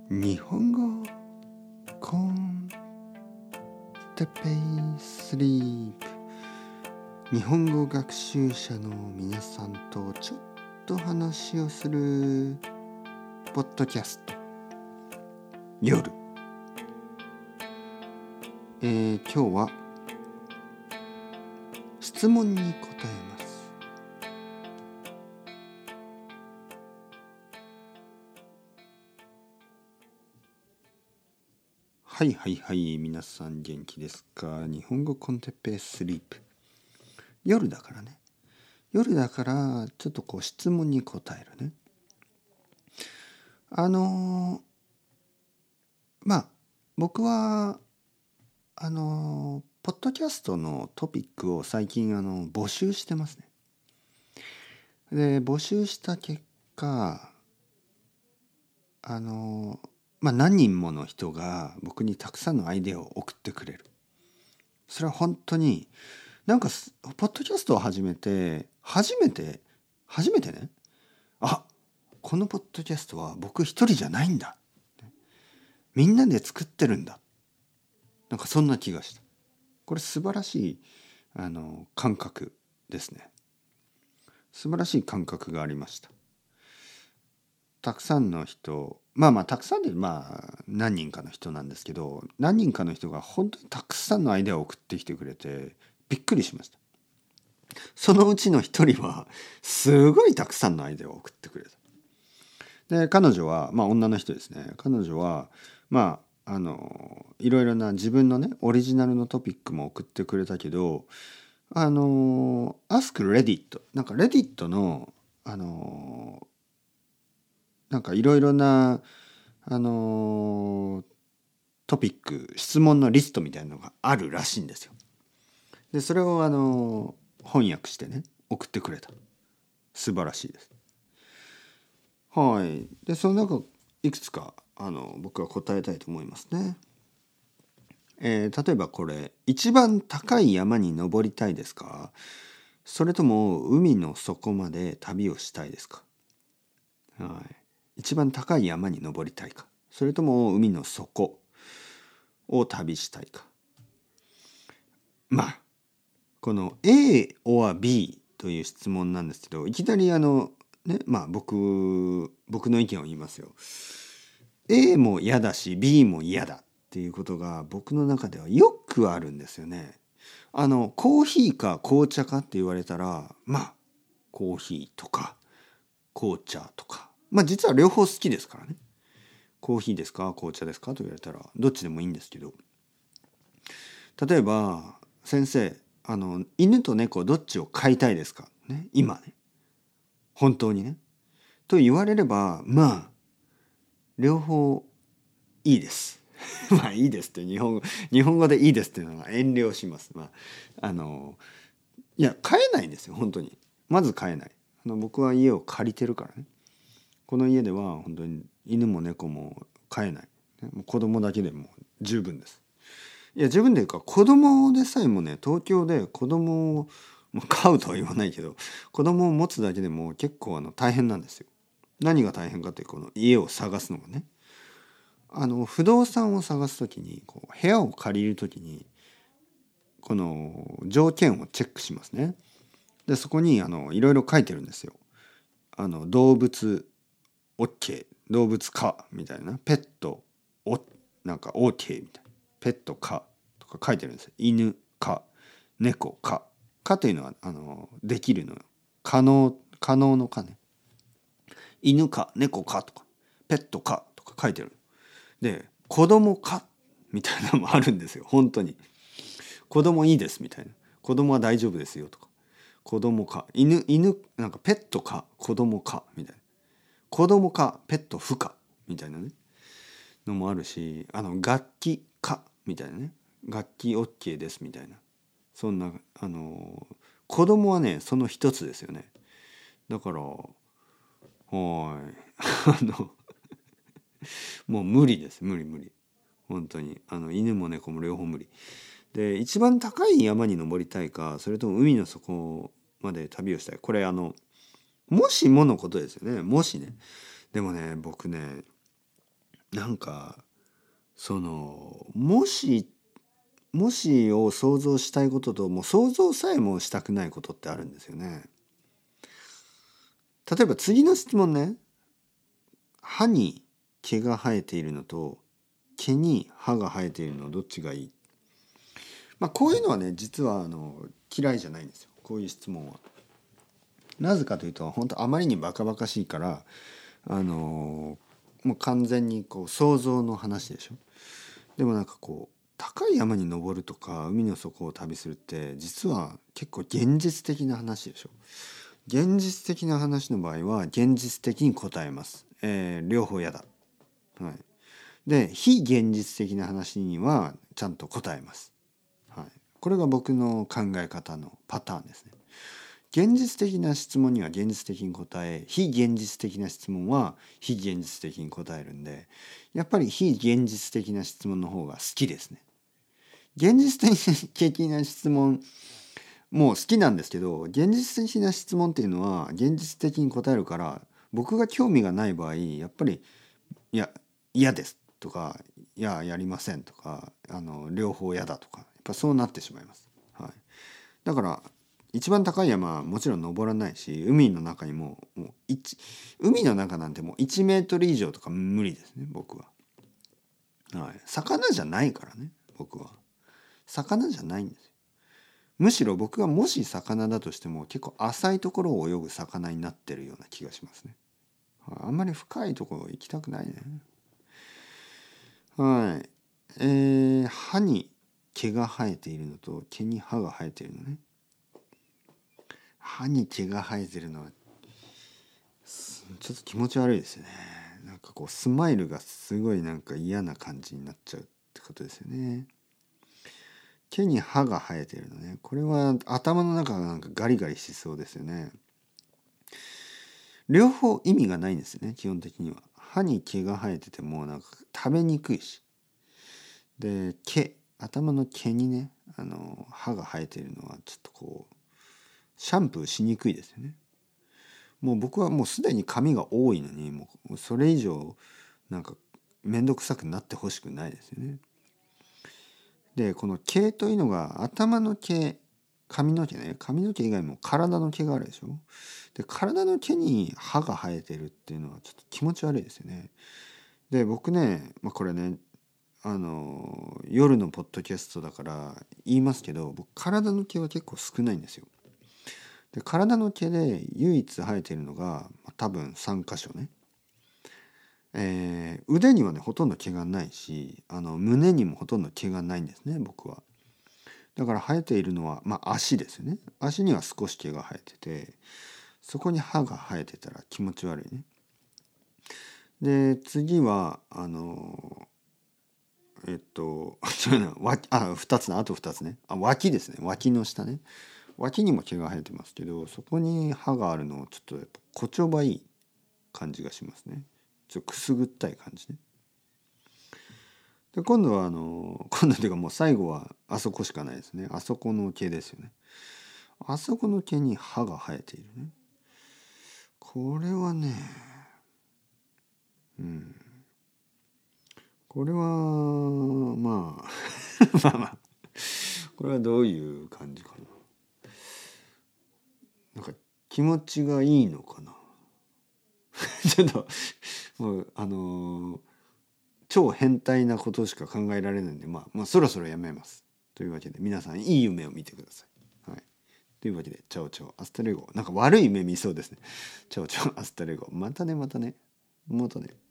日本語コンテペイスリープ。日本語学習者の皆さんとちょっと話をするポッドキャスト夜。今日は質問に答えます。はい皆さん元気ですか？日本語コンテッペイスリープ。夜だからね。夜だからちょっとこう質問に答えるね。僕はポッドキャストのトピックを最近募集してますね。で募集した結果何人もの人が僕にたくさんのアイデアを送ってくれる。それは本当にポッドキャストを始めて初めてね、このポッドキャストは僕一人じゃないんだ、みんなで作ってるんだ、そんな気がした。これ素晴らしい感覚ですね。素晴らしい感覚がありました。たくさんの人、たくさんで何人かの人なんですけど、何人かの人が本当にたくさんのアイデアを送ってきてくれてびっくりしました。そのうちの一人はすごいたくさんのアイデアを送ってくれた。で彼女は女の人ですね。彼女はいろいろな自分のねオリジナルのトピックも送ってくれたけど、Ask Reddit、Reddit のいろいろなトピック、質問のリストみたいなのがあるらしいんですよ。でそれを翻訳してね送ってくれた。素晴らしいです。はい。でその中いくつか僕は答えたいと思いますね。例えばこれ、一番高い山に登りたいですか？それとも海の底まで旅をしたいですか？はい。一番高い山に登りたいか、それとも海の底を旅したいか。この A or B という質問なんですけど、いきなり僕の意見を言いますよ。A も嫌だし B も嫌だっていうことが僕の中ではよくあるんですよね。コーヒーか紅茶かって言われたらコーヒーとか紅茶とか実は両方好きですからね。コーヒーですか紅茶ですかと言われたらどっちでもいいんですけど、例えば先生犬と猫どっちを飼いたいですかね、今ね、本当にねと言われれば両方いいですいいですって日本語でいいですっていうのは遠慮します。いや飼えないんですよ本当に。まず飼えない。僕は家を借りてるからね。この家では本当に犬も猫も飼えない。もう子供だけでも十分です。いや十分でいうか、子供でさえもね、東京で子供を飼うとは言わないけど子供を持つだけでも結構大変なんですよ。何が大変かってこの家を探すのがね、不動産を探すときに部屋を借りるときにこの条件をチェックしますね。でそこにいろいろ書いてるんですよ。動物 OK、 動物可みたいな、ペットOK みたいな、ペット可とか書いてるんですよ。犬可、猫可。可というのはできるの可能の可ね。犬可、猫可とかペット可とか書いてる。で子供可みたいなのもあるんですよ。本当に子供いいですみたいな、子供は大丈夫ですよとか、子供か犬ペットか子供かみたいな、子供かペット不可みたいなねのもあるし、楽器かみたいなね、楽器 OK ですみたいな、そんな子供はねその一つですよね。だからもう無理です。無理本当に犬も猫も両方無理で、一番高い山に登りたいか、それとも海の底まで旅をしたい。これもしものことですよね。もしね。でもね僕ねなんかもしを想像したいことともう想像さえもしたくないことってあるんですよね。例えば次の質問ね。歯に毛が生えているのと毛に歯が生えているのどっちがいい？こういうのはね実は嫌いじゃないんですよ、こういう質問は。なぜかというと本当あまりにバカバカしいからもう完全にこう想像の話でしょ。でもなんかこう高い山に登るとか海の底を旅するって実は結構現実的な話でしょ。現実的な話の場合は現実的に答えます。両方嫌だ。はい。で非現実的な話にはちゃんと答えます。はい。これが僕の考え方のパターンですね。現実的な質問には現実的に答え、非現実的な質問は非現実的に答えるんで、やっぱり非現実的な質問の方が好きですね。現実的な質問も好きなんですけど、現実的な質問っていうのは現実的に答えるから、僕が興味がない場合やっぱりいや嫌ですとか、いややりませんとか、両方嫌だとか、やっぱそうなってしまいます。はい。だから一番高い山はもちろん登らないし、海の中にもう海の中なんてもう1メートル以上とか無理ですね、僕は。はい。魚じゃないからね、僕は。魚じゃないんですよ。むしろ僕がもし魚だとしても結構浅いところを泳ぐ魚になってるような気がしますね。はい。あんまり深いところ行きたくないね。はい。歯に毛が生えているのと毛に歯が生えているのね。歯に毛が生えてるのはちょっと気持ち悪いですよね。なんかこうスマイルがすごいなんか嫌な感じになっちゃうってことですよね。毛に歯が生えてるのね。これは頭の中がなんかガリガリしそうですよね。両方意味がないんですよね、基本的には。歯に毛が生えててもなんか食べにくいし。で、頭の毛にね、歯が生えているのはちょっとこう、シャンプーしにくいですよね。もう僕はもうすでに髪が多いのにもうそれ以上なんか面倒くさくなってほしくないですよね。でこの毛というのが頭の毛、髪の毛ね、髪の毛以外も体の毛があるでしょ。で体の毛に歯が生えてるっていうのはちょっと気持ち悪いですよね。で僕ね、これね夜のポッドキャストだから言いますけど、僕体の毛は結構少ないんですよ。で体の毛で唯一生えているのが多分3箇所ね。腕にはねほとんど毛がないし、胸にもほとんど毛がないんですね、僕は。だから生えているのは足ですよね。足には少し毛が生えてて、そこに歯が生えてたら気持ち悪いね。で次は違うな、2つね、あと2つね。脇ですね、脇の下ね。脇にも毛が生えてますけど、そこに歯があるのちょっとやっぱこちょばいい感じがしますね。ちょっとくすぐったい感じね。で今度は今度というかもう最後はあそこしかないですね。あそこの毛ですよね。あそこの毛に歯が生えているね。これはね、これはこれはどういう感じかな。なんか気持ちがいいのかな。ちょっともう超変態なことしか考えられないんで、そろそろやめます。というわけで皆さんいい夢を見てください。はい。というわけでチャオチャオアスタレゴ。なんか悪い夢見そうですね。チャオチャオアスタレゴ。またねまたね。またね。